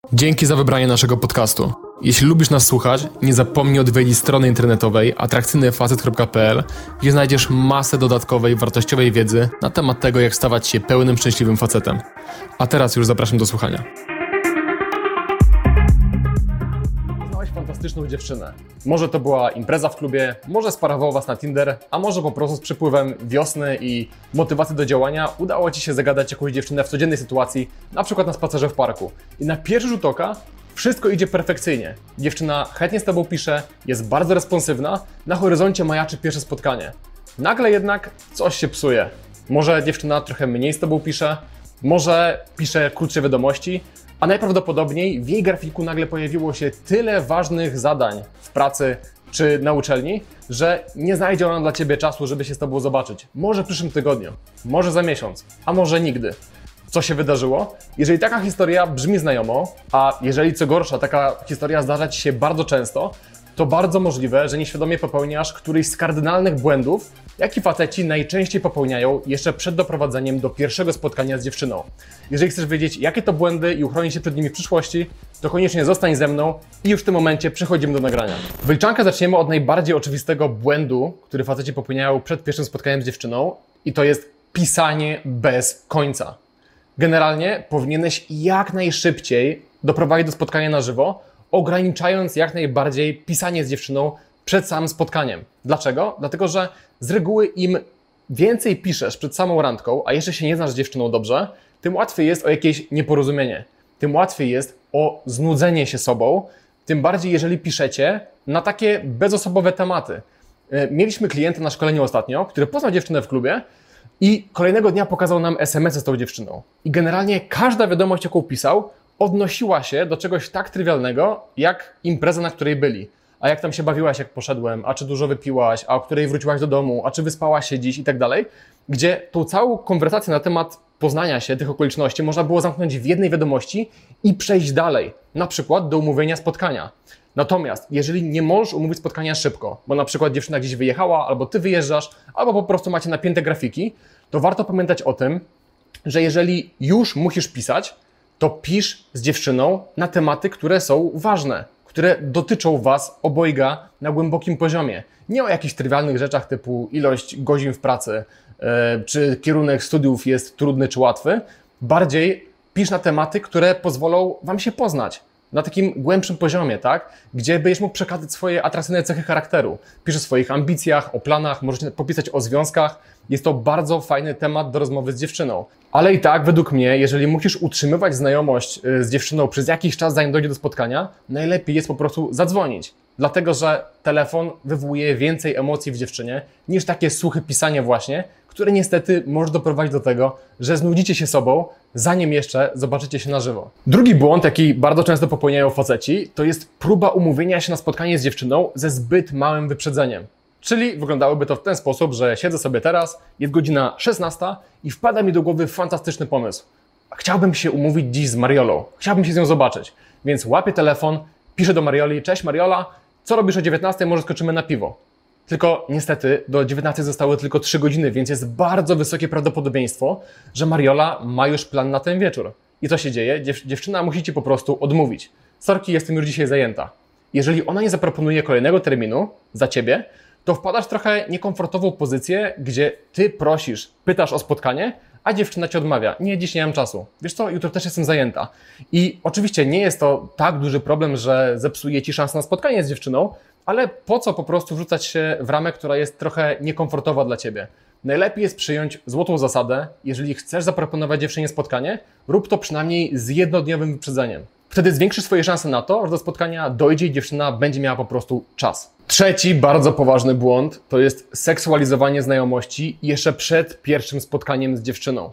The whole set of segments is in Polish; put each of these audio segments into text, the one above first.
Dzięki za wybranie naszego podcastu. Jeśli lubisz nas słuchać, nie zapomnij odwiedzić strony internetowej atrakcyjnyfacet.pl, gdzie znajdziesz masę dodatkowej, wartościowej wiedzy na temat tego, jak stawać się pełnym, szczęśliwym facetem. A teraz już zapraszam do słuchania. Poznałeś fantastyczną dziewczynę. Może to była impreza w klubie, może sparował was na Tinder, a może po prostu z przypływem wiosny i motywacji do działania udało ci się zagadać jakąś dziewczynę w codziennej sytuacji, na przykład na spacerze w parku. I na pierwszy rzut oka wszystko idzie perfekcyjnie. Dziewczyna chętnie z tobą pisze, jest bardzo responsywna, na horyzoncie majaczy pierwsze spotkanie. Nagle jednak coś się psuje. Może dziewczyna trochę mniej z tobą pisze, może pisze krótsze wiadomości, a najprawdopodobniej w jej grafiku nagle pojawiło się tyle ważnych zadań w pracy czy na uczelni, że nie znajdzie ona dla ciebie czasu, żeby się z tobą zobaczyć. Może w przyszłym tygodniu, może za miesiąc, a może nigdy. Co się wydarzyło? Jeżeli taka historia brzmi znajomo, a jeżeli co gorsza taka historia zdarza ci się bardzo często, to bardzo możliwe, że nieświadomie popełniasz któryś z kardynalnych błędów, jaki faceci najczęściej popełniają jeszcze przed doprowadzeniem do pierwszego spotkania z dziewczyną. Jeżeli chcesz wiedzieć, jakie to błędy i uchronić się przed nimi w przyszłości, to koniecznie zostań ze mną i już w tym momencie przechodzimy do nagrania. Wyliczankę zaczniemy od najbardziej oczywistego błędu, który faceci popełniają przed pierwszym spotkaniem z dziewczyną, i to jest pisanie bez końca. Generalnie powinieneś jak najszybciej doprowadzić do spotkania na żywo, ograniczając jak najbardziej pisanie z dziewczyną przed samym spotkaniem. Dlaczego? Dlatego, że z reguły im więcej piszesz przed samą randką, a jeszcze się nie znasz z dziewczyną dobrze, tym łatwiej jest o jakieś nieporozumienie. Tym łatwiej jest o znudzenie się sobą, tym bardziej jeżeli piszecie na takie bezosobowe tematy. Mieliśmy klienta na szkoleniu ostatnio, który poznał dziewczynę w klubie i kolejnego dnia pokazał nam SMS-y z tą dziewczyną. I generalnie każda wiadomość, jaką pisał, odnosiła się do czegoś tak trywialnego, jak impreza, na której byli. A jak tam się bawiłaś, jak poszedłem, a czy dużo wypiłaś, a o której wróciłaś do domu, a czy wyspałaś się dziś i tak dalej, gdzie tą całą konwersację na temat poznania się tych okoliczności można było zamknąć w jednej wiadomości i przejść dalej, na przykład do umówienia spotkania. Natomiast jeżeli nie możesz umówić spotkania szybko, bo na przykład dziewczyna gdzieś wyjechała, albo ty wyjeżdżasz, albo po prostu macie napięte grafiki, to warto pamiętać o tym, że jeżeli już musisz pisać, to pisz z dziewczyną na tematy, które są ważne, które dotyczą was obojga na głębokim poziomie. Nie o jakichś trywialnych rzeczach typu ilość godzin w pracy, czy kierunek studiów jest trudny czy łatwy. Bardziej pisz na tematy, które pozwolą wam się poznać na takim głębszym poziomie, tak? Gdzie będziesz mógł przekazać swoje atrakcyjne cechy charakteru. Pisz o swoich ambicjach, o planach, możesz popisać o związkach. Jest to bardzo fajny temat do rozmowy z dziewczyną. Ale i tak, według mnie, jeżeli musisz utrzymywać znajomość z dziewczyną przez jakiś czas, zanim dojdzie do spotkania, najlepiej jest po prostu zadzwonić. Dlatego, że telefon wywołuje więcej emocji w dziewczynie niż takie suche pisanie właśnie, które niestety może doprowadzić do tego, że znudzicie się sobą, zanim jeszcze zobaczycie się na żywo. Drugi błąd, jaki bardzo często popełniają faceci, to jest próba umówienia się na spotkanie z dziewczyną ze zbyt małym wyprzedzeniem. Czyli wyglądałoby to w ten sposób, że siedzę sobie teraz, jest godzina 16 i wpada mi do głowy fantastyczny pomysł. Chciałbym się umówić dziś z Mariolą, chciałbym się z nią zobaczyć, więc łapię telefon, piszę do Marioli: cześć Mariola, co robisz o 19, może skoczymy na piwo. Tylko niestety do 19 zostały tylko 3 godziny, więc jest bardzo wysokie prawdopodobieństwo, że Mariola ma już plan na ten wieczór. I co się dzieje? Dziewczyna musi ci po prostu odmówić. Sorki, jestem już dzisiaj zajęta. Jeżeli ona nie zaproponuje kolejnego terminu za ciebie, to wpadasz w trochę niekomfortową pozycję, gdzie ty prosisz, pytasz o spotkanie, a dziewczyna ci odmawia. Nie, dziś nie mam czasu. Wiesz co, jutro też jestem zajęta. I oczywiście nie jest to tak duży problem, że zepsuje ci szansę na spotkanie z dziewczyną, ale po co po prostu wrzucać się w ramę, która jest trochę niekomfortowa dla ciebie? Najlepiej jest przyjąć złotą zasadę: jeżeli chcesz zaproponować dziewczynie spotkanie, rób to przynajmniej z jednodniowym wyprzedzeniem. Wtedy zwiększysz swoje szanse na to, że do spotkania dojdzie i dziewczyna będzie miała po prostu czas. Trzeci bardzo poważny błąd to jest seksualizowanie znajomości jeszcze przed pierwszym spotkaniem z dziewczyną.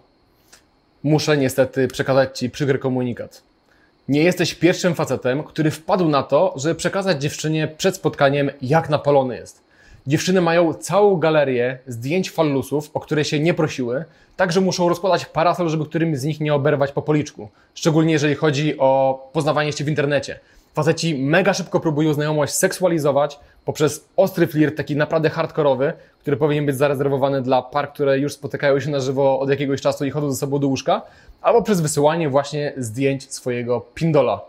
Muszę niestety przekazać ci przykry komunikat. Nie jesteś pierwszym facetem, który wpadł na to, żeby przekazać dziewczynie przed spotkaniem, jak napalony jest. Dziewczyny mają całą galerię zdjęć fallusów, o które się nie prosiły, tak że muszą rozkładać parasol, żeby którymś z nich nie oberwać po policzku. Szczególnie jeżeli chodzi o poznawanie się w internecie. Faceci mega szybko próbują znajomość seksualizować poprzez ostry flirt, taki naprawdę hardkorowy, który powinien być zarezerwowany dla par, które już spotykają się na żywo od jakiegoś czasu i chodzą ze sobą do łóżka, albo przez wysyłanie właśnie zdjęć swojego pindola.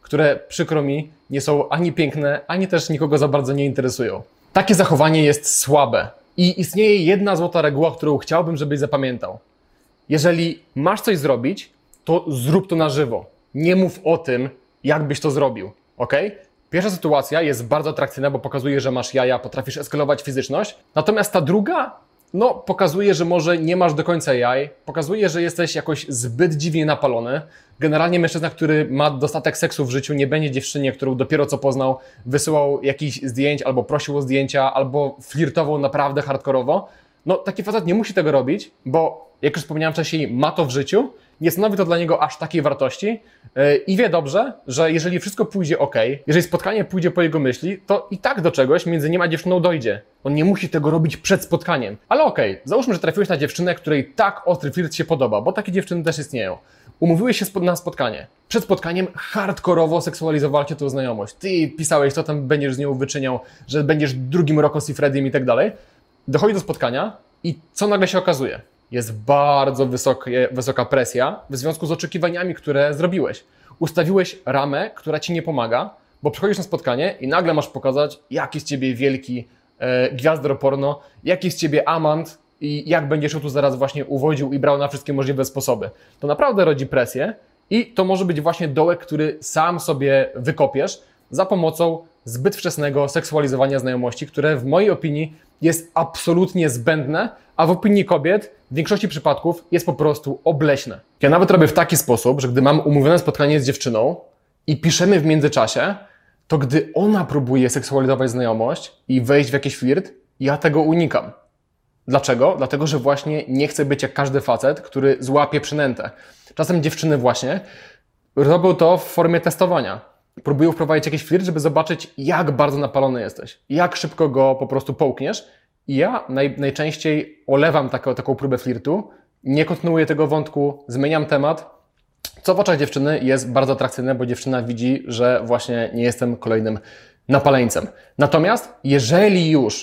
które przykro mi nie są ani piękne, ani też nikogo za bardzo nie interesują. Takie zachowanie jest słabe i istnieje jedna złota reguła, którą chciałbym, żebyś zapamiętał. Jeżeli masz coś zrobić, to zrób to na żywo. Nie mów o tym, jak byś to zrobił, ok? Pierwsza sytuacja jest bardzo atrakcyjna, bo pokazuje, że masz jaja, potrafisz eskalować fizyczność. Natomiast ta druga, pokazuje, że może nie masz do końca jaj, pokazuje, że jesteś jakoś zbyt dziwnie napalony. Generalnie mężczyzna, który ma dostatek seksu w życiu, nie będzie dziewczynie, którą dopiero co poznał, wysyłał jakichś zdjęć, albo prosił o zdjęcia, albo flirtował naprawdę hardkorowo. Taki facet nie musi tego robić, bo jak już wspomniałem wcześniej, ma to w życiu, nie stanowi to dla niego aż takiej wartości i wie dobrze, że jeżeli wszystko pójdzie ok, jeżeli spotkanie pójdzie po jego myśli, to i tak do czegoś między nim a dziewczyną dojdzie. On nie musi tego robić przed spotkaniem. Ale okej, załóżmy, że trafiłeś na dziewczynę, której tak ostry flirt się podoba, bo takie dziewczyny też istnieją. Umówiłeś się na spotkanie. Przed spotkaniem hardkorowo seksualizowaliście tę znajomość. Ty pisałeś, co tam będziesz z nią wyczyniał, że będziesz drugim Rocco Siffredim i tak dalej. Dochodzi do spotkania i co nagle się okazuje? Jest bardzo wysoka presja w związku z oczekiwaniami, które zrobiłeś. Ustawiłeś ramę, która ci nie pomaga, bo przychodzisz na spotkanie i nagle masz pokazać, jaki z ciebie wielki gwiazdor porno, jaki z ciebie amant i jak będziesz się tu zaraz właśnie uwodził i brał na wszystkie możliwe sposoby. To naprawdę rodzi presję i to może być właśnie dołek, który sam sobie wykopiesz za pomocą zbyt wczesnego seksualizowania znajomości, które w mojej opinii jest absolutnie zbędne, a w opinii kobiet w większości przypadków jest po prostu obleśne. Ja nawet robię w taki sposób, że gdy mam umówione spotkanie z dziewczyną i piszemy w międzyczasie, to gdy ona próbuje seksualizować znajomość i wejść w jakiś flirt, ja tego unikam. Dlaczego? Dlatego, że właśnie nie chcę być jak każdy facet, który złapie przynętę. Czasem dziewczyny właśnie robią to w formie testowania. Próbują wprowadzić jakiś flirt, żeby zobaczyć, jak bardzo napalony jesteś, jak szybko go po prostu połkniesz. I ja najczęściej olewam taką próbę flirtu, nie kontynuuję tego wątku, zmieniam temat, co w oczach dziewczyny jest bardzo atrakcyjne, bo dziewczyna widzi, że właśnie nie jestem kolejnym napaleńcem. Natomiast jeżeli już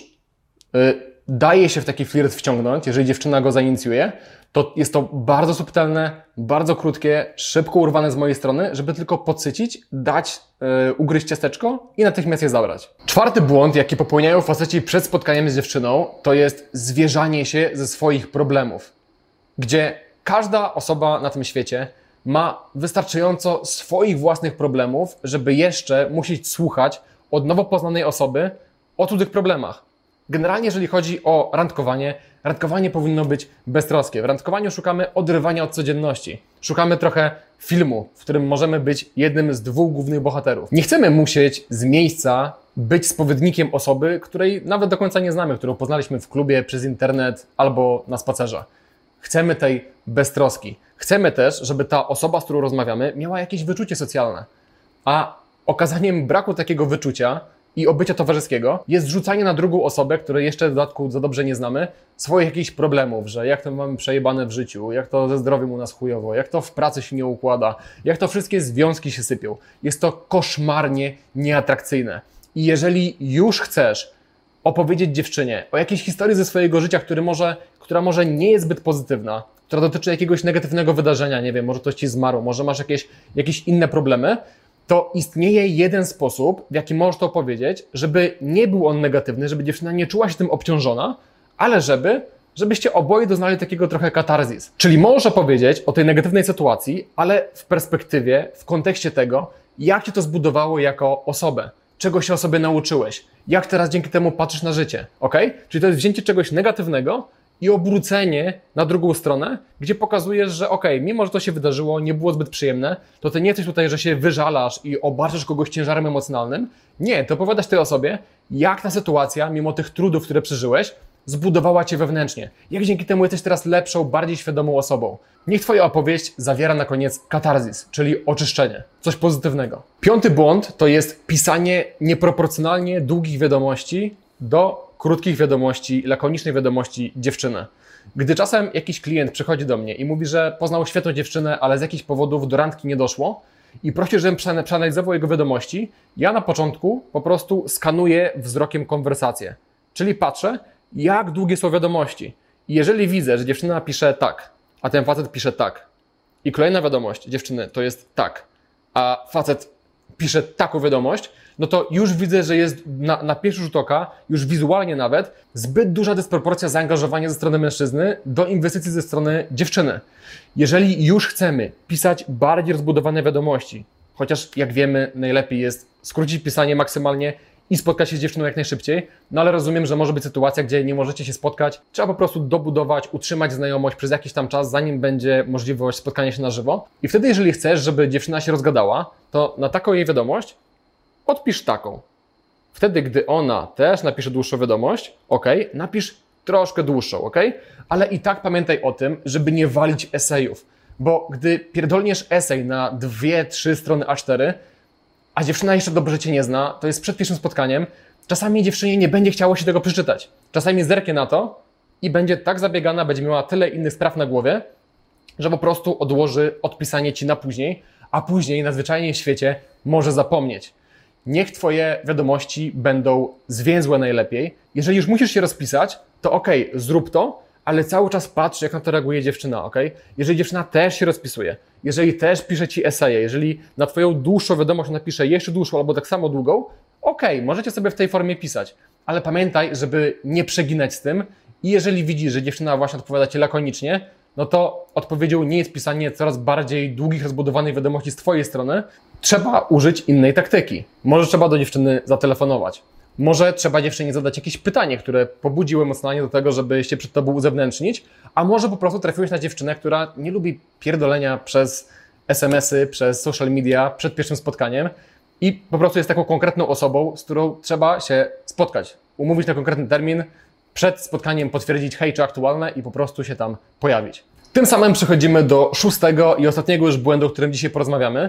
daje się w taki flirt wciągnąć, jeżeli dziewczyna go zainicjuje, to jest to bardzo subtelne, bardzo krótkie, szybko urwane z mojej strony, żeby tylko podsycić, dać ugryźć ciasteczko i natychmiast je zabrać. Czwarty błąd, jaki popełniają faceci przed spotkaniem z dziewczyną, to jest zwierzanie się ze swoich problemów. Gdzie każda osoba na tym świecie ma wystarczająco swoich własnych problemów, żeby jeszcze musieć słuchać od nowo poznanej osoby o cudzych problemach. Generalnie, jeżeli chodzi o randkowanie, randkowanie powinno być beztroskie. W randkowaniu szukamy odrywania od codzienności. Szukamy trochę filmu, w którym możemy być jednym z dwóch głównych bohaterów. Nie chcemy musieć z miejsca być spowiednikiem osoby, której nawet do końca nie znamy, którą poznaliśmy w klubie, przez internet albo na spacerze. Chcemy tej beztroski. Chcemy też, żeby ta osoba, z którą rozmawiamy, miała jakieś wyczucie socjalne. A okazaniem braku takiego wyczucia i obycia towarzyskiego jest rzucanie na drugą osobę, której jeszcze w dodatku za dobrze nie znamy, swoich jakichś problemów, że jak to mamy przejebane w życiu, jak to ze zdrowiem u nas chujowo, jak to w pracy się nie układa, jak to wszystkie związki się sypią. Jest to koszmarnie nieatrakcyjne. I jeżeli już chcesz opowiedzieć dziewczynie o jakiejś historii ze swojego życia, która może nie jest zbyt pozytywna, która dotyczy jakiegoś negatywnego wydarzenia, nie wiem, może ktoś ci zmarł, może masz jakieś inne problemy, to istnieje jeden sposób, w jaki możesz to powiedzieć, żeby nie był on negatywny, żeby dziewczyna nie czuła się tym obciążona, ale żebyście oboje doznali takiego trochę katarzis. Czyli możesz opowiedzieć o tej negatywnej sytuacji, ale w perspektywie, w kontekście tego, jak cię to zbudowało jako osobę, czego się o sobie nauczyłeś, jak teraz dzięki temu patrzysz na życie, ok? Czyli to jest wzięcie czegoś negatywnego i obrócenie na drugą stronę, gdzie pokazujesz, że mimo że to się wydarzyło, nie było zbyt przyjemne, to ty nie jesteś tutaj, że się wyżalasz i obarczasz kogoś ciężarem emocjonalnym. Nie, to opowiadasz tej osobie, jak ta sytuacja, mimo tych trudów, które przeżyłeś, zbudowała cię wewnętrznie. Jak dzięki temu jesteś teraz lepszą, bardziej świadomą osobą. Niech twoja opowieść zawiera na koniec katarzis, czyli oczyszczenie. Coś pozytywnego. Piąty błąd to jest pisanie nieproporcjonalnie długich wiadomości do krótkich wiadomości, lakonicznej wiadomości dziewczyny. Gdy czasem jakiś klient przychodzi do mnie i mówi, że poznał świetną dziewczynę, ale z jakichś powodów do randki nie doszło i prosi, żebym przeanalizował jego wiadomości, ja na początku po prostu skanuję wzrokiem konwersację. Czyli patrzę, jak długie są wiadomości. I jeżeli widzę, że dziewczyna pisze tak, a ten facet pisze tak i kolejna wiadomość dziewczyny to jest tak, a facet pisze taką wiadomość, no to już widzę, że jest na pierwszy rzut oka, już wizualnie nawet, zbyt duża dysproporcja zaangażowania ze strony mężczyzny do inwestycji ze strony dziewczyny. Jeżeli już chcemy pisać bardziej rozbudowane wiadomości, chociaż jak wiemy, najlepiej jest skrócić pisanie maksymalnie i spotkać się z dziewczyną jak najszybciej, no ale rozumiem, że może być sytuacja, gdzie nie możecie się spotkać, trzeba po prostu dobudować, utrzymać znajomość przez jakiś tam czas, zanim będzie możliwość spotkania się na żywo. I wtedy, jeżeli chcesz, żeby dziewczyna się rozgadała, to na taką jej wiadomość odpisz taką. Wtedy, gdy ona też napisze dłuższą wiadomość, ok, napisz troszkę dłuższą, ok? Ale i tak pamiętaj o tym, żeby nie walić esejów, bo gdy pierdolniesz esej na 2-3 strony A4, a dziewczyna jeszcze dobrze Cię nie zna, to jest przed pierwszym spotkaniem, czasami dziewczynie nie będzie chciało się tego przeczytać. Czasami zerknie na to i będzie tak zabiegana, będzie miała tyle innych spraw na głowie, że po prostu odłoży odpisanie Ci na później, a później na zwyczajnie w świecie może zapomnieć. Niech Twoje wiadomości będą zwięzłe najlepiej. Jeżeli już musisz się rozpisać, to okej, zrób to, ale cały czas patrz, jak na to reaguje dziewczyna, ok? Jeżeli dziewczyna też się rozpisuje, jeżeli też pisze Ci eseje, jeżeli na Twoją dłuższą wiadomość napisze jeszcze dłuższą albo tak samo długą, ok, możecie sobie w tej formie pisać, ale pamiętaj, żeby nie przeginać z tym i jeżeli widzisz, że dziewczyna właśnie odpowiada Ci lakonicznie, no to odpowiedzią nie jest pisanie coraz bardziej długich, rozbudowanych wiadomości z Twojej strony. Trzeba użyć innej taktyki. Może trzeba do dziewczyny zatelefonować. Może trzeba dziewczynie zadać jakieś pytanie, które pobudzi emocjonalnie do tego, żeby się przed Tobą uzewnętrznić, a może po prostu trafiłeś na dziewczynę, która nie lubi pierdolenia przez SMS-y, przez social media przed pierwszym spotkaniem i po prostu jest taką konkretną osobą, z którą trzeba się spotkać, umówić na konkretny termin, przed spotkaniem potwierdzić hej, czy aktualne i po prostu się tam pojawić. Tym samym przechodzimy do 6. i ostatniego już błędu, o którym dzisiaj porozmawiamy.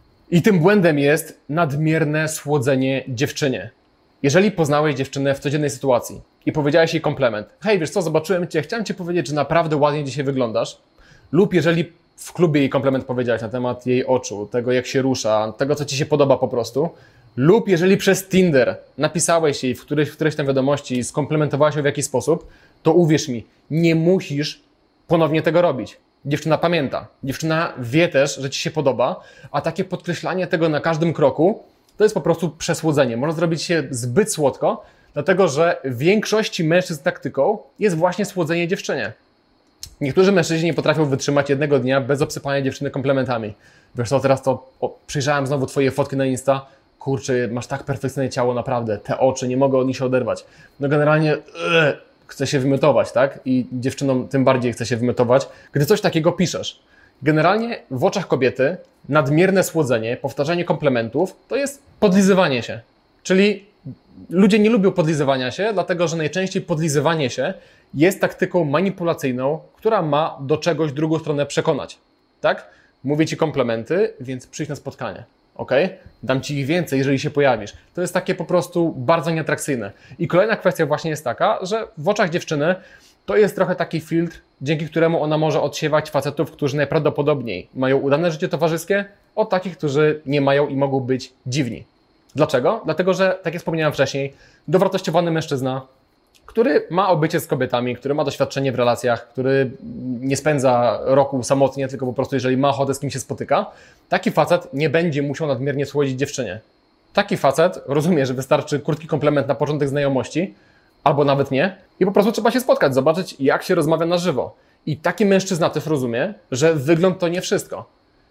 I tym błędem jest nadmierne słodzenie dziewczynie. Jeżeli poznałeś dziewczynę w codziennej sytuacji i powiedziałeś jej komplement, hej, wiesz co, zobaczyłem Cię, chciałem Ci powiedzieć, że naprawdę ładnie dzisiaj wyglądasz, lub jeżeli w klubie jej komplement powiedziałeś na temat jej oczu, tego jak się rusza, tego co Ci się podoba po prostu, lub jeżeli przez Tinder napisałeś jej w którejś tam wiadomości i skomplementowałeś ją w jakiś sposób, to uwierz mi, nie musisz ponownie tego robić. Dziewczyna pamięta, dziewczyna wie też, że Ci się podoba, a takie podkreślanie tego na każdym kroku to jest po prostu przesłodzenie. Można zrobić się zbyt słodko, dlatego że w większości mężczyzn taktyką jest właśnie słodzenie dziewczynie. Niektórzy mężczyźni nie potrafią wytrzymać jednego dnia bez obsypania dziewczyny komplementami. Wiesz co, teraz przyjrzałem znowu Twoje fotki na Insta, kurczę, masz tak perfekcyjne ciało, naprawdę, te oczy, nie mogę od nich się oderwać. No generalnie chcę się wymiotować, tak? I dziewczynom tym bardziej chce się wymiotować, gdy coś takiego piszesz. Generalnie w oczach kobiety nadmierne słodzenie, powtarzanie komplementów to jest podlizywanie się. Czyli ludzie nie lubią podlizywania się, dlatego że najczęściej podlizywanie się jest taktyką manipulacyjną, która ma do czegoś drugą stronę przekonać. Tak? Mówię Ci komplementy, więc przyjdź na spotkanie. Ok? Dam Ci ich więcej, jeżeli się pojawisz. To jest takie po prostu bardzo nieatrakcyjne. I kolejna kwestia właśnie jest taka, że w oczach dziewczyny to jest trochę taki filtr, dzięki któremu ona może odsiewać facetów, którzy najprawdopodobniej mają udane życie towarzyskie, od takich, którzy nie mają i mogą być dziwni. Dlaczego? Dlatego, że, tak jak wspomniałem wcześniej, dowartościowany mężczyzna, który ma obycie z kobietami, który ma doświadczenie w relacjach, który nie spędza roku samotnie, tylko po prostu jeżeli ma ochotę, z kim się spotyka, taki facet nie będzie musiał nadmiernie słodzić dziewczynie. Taki facet rozumie, że wystarczy krótki komplement na początek znajomości, albo nawet nie, i po prostu trzeba się spotkać, zobaczyć, jak się rozmawia na żywo. I taki mężczyzna też rozumie, że wygląd to nie wszystko,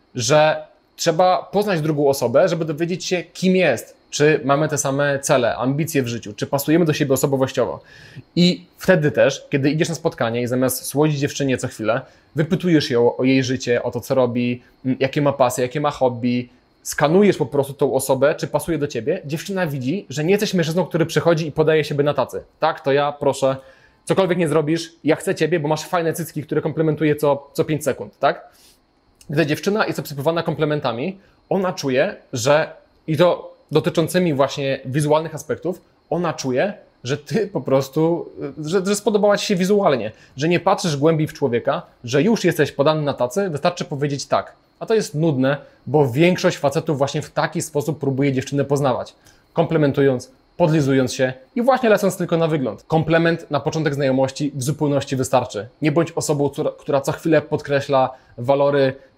że trzeba poznać drugą osobę, żeby dowiedzieć się, kim jest, czy mamy te same cele, ambicje w życiu, czy pasujemy do siebie osobowościowo. I wtedy też, kiedy idziesz na spotkanie i zamiast słodzić dziewczynie co chwilę, wypytujesz ją o jej życie, o to, co robi, jakie ma pasje, jakie ma hobby, skanujesz po prostu tą osobę, czy pasuje do Ciebie, dziewczyna widzi, że nie jesteś mężczyzną, który przychodzi i podaje siebie na tacy. Tak, to ja, proszę, cokolwiek nie zrobisz, ja chcę Ciebie, bo masz fajne cycki, które komplementuję co 5 sekund, tak? Gdy dziewczyna jest obsypywana komplementami, ona czuje, że, i to dotyczącymi właśnie wizualnych aspektów, ona czuje, że Ty po prostu, że spodobała Ci się wizualnie, że nie patrzysz głębiej w człowieka, że już jesteś podany na tacy, wystarczy powiedzieć tak. A to jest nudne, bo większość facetów właśnie w taki sposób próbuje dziewczynę poznawać. Komplementując, podlizując się i właśnie lecąc tylko na wygląd. Komplement na początek znajomości w zupełności wystarczy. Nie bądź osobą, która co chwilę podkreśla walory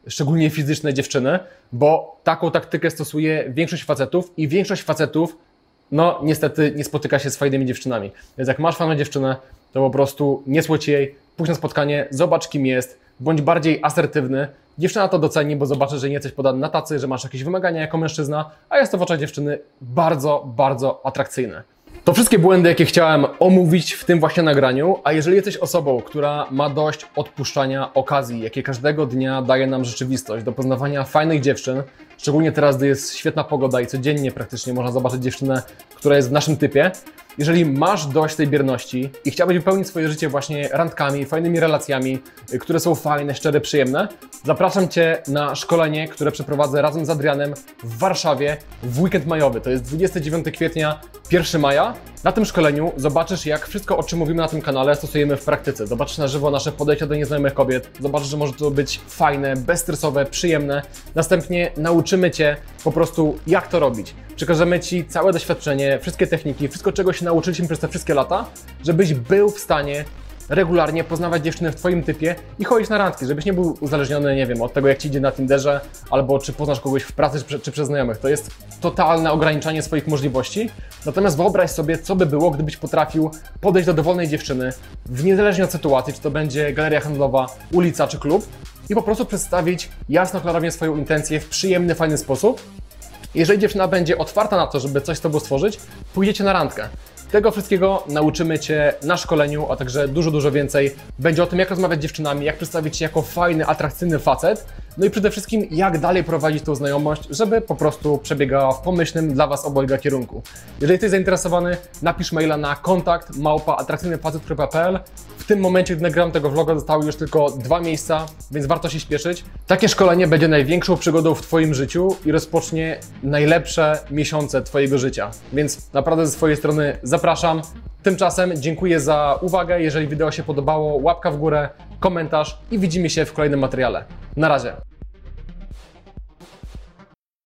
szczególnie fizyczne dziewczyny, bo taką taktykę stosuje większość facetów i większość facetów, no niestety nie spotyka się z fajnymi dziewczynami. Więc jak masz fajną dziewczynę, to po prostu nie słodź jej, pójdź na spotkanie, zobacz kim jest, bądź bardziej asertywny. Dziewczyna to doceni, bo zobaczy, że nie jesteś podany na tacy, że masz jakieś wymagania jako mężczyzna, a jest to w oczach dziewczyny bardzo, bardzo atrakcyjne. To wszystkie błędy, jakie chciałem omówić w tym właśnie nagraniu, a jeżeli jesteś osobą, która ma dość odpuszczania okazji, jakie każdego dnia daje nam rzeczywistość, do poznawania fajnych dziewczyn, szczególnie teraz, gdy jest świetna pogoda i codziennie praktycznie można zobaczyć dziewczynę, która jest w naszym typie, jeżeli masz dość tej bierności i chciałbyś wypełnić swoje życie właśnie randkami, fajnymi relacjami, które są fajne, szczere, przyjemne, zapraszam Cię na szkolenie, które przeprowadzę razem z Adrianem w Warszawie w weekend majowy. To jest 29 kwietnia, 1 maja. Na tym szkoleniu zobaczysz, jak wszystko, o czym mówimy na tym kanale, stosujemy w praktyce. Zobaczysz na żywo nasze podejście do nieznajomych kobiet, zobaczysz, że może to być fajne, bezstresowe, przyjemne. Następnie nauczymy Cię po prostu, jak to robić. Przekażemy Ci całe doświadczenie, wszystkie techniki, wszystko, czego się nauczyliśmy przez te wszystkie lata, żebyś był w stanie regularnie poznawać dziewczyny w Twoim typie i chodzić na randki, żebyś nie był uzależniony, nie wiem, od tego, jak Ci idzie na Tinderze, albo czy poznasz kogoś w pracy, czy przez znajomych. To jest totalne ograniczanie swoich możliwości. Natomiast wyobraź sobie, co by było, gdybyś potrafił podejść do dowolnej dziewczyny, niezależnie od sytuacji, czy to będzie galeria handlowa, ulica czy klub, i po prostu przedstawić jasno, klarownie swoją intencję w przyjemny, fajny sposób. Jeżeli dziewczyna będzie otwarta na to, żeby coś z Tobą stworzyć, pójdziecie na randkę. Tego wszystkiego nauczymy Cię na szkoleniu, a także dużo więcej. Będzie o tym, jak rozmawiać z dziewczynami, jak przedstawić się jako fajny, atrakcyjny facet, no i przede wszystkim, jak dalej prowadzić tą znajomość, żeby po prostu przebiegała w pomyślnym dla Was obojga kierunku. Jeżeli jesteś zainteresowany, napisz maila na kontakt@atrakcyjnyfacet.pl. W tym momencie, gdy nagrywam tego vloga, zostały już tylko 2 miejsca, więc warto się śpieszyć. Takie szkolenie będzie największą przygodą w Twoim życiu i rozpocznie najlepsze miesiące Twojego życia. Więc naprawdę ze swojej strony zapraszam. Tymczasem dziękuję za uwagę. Jeżeli wideo się podobało, łapka w górę, komentarz i widzimy się w kolejnym materiale. Na razie.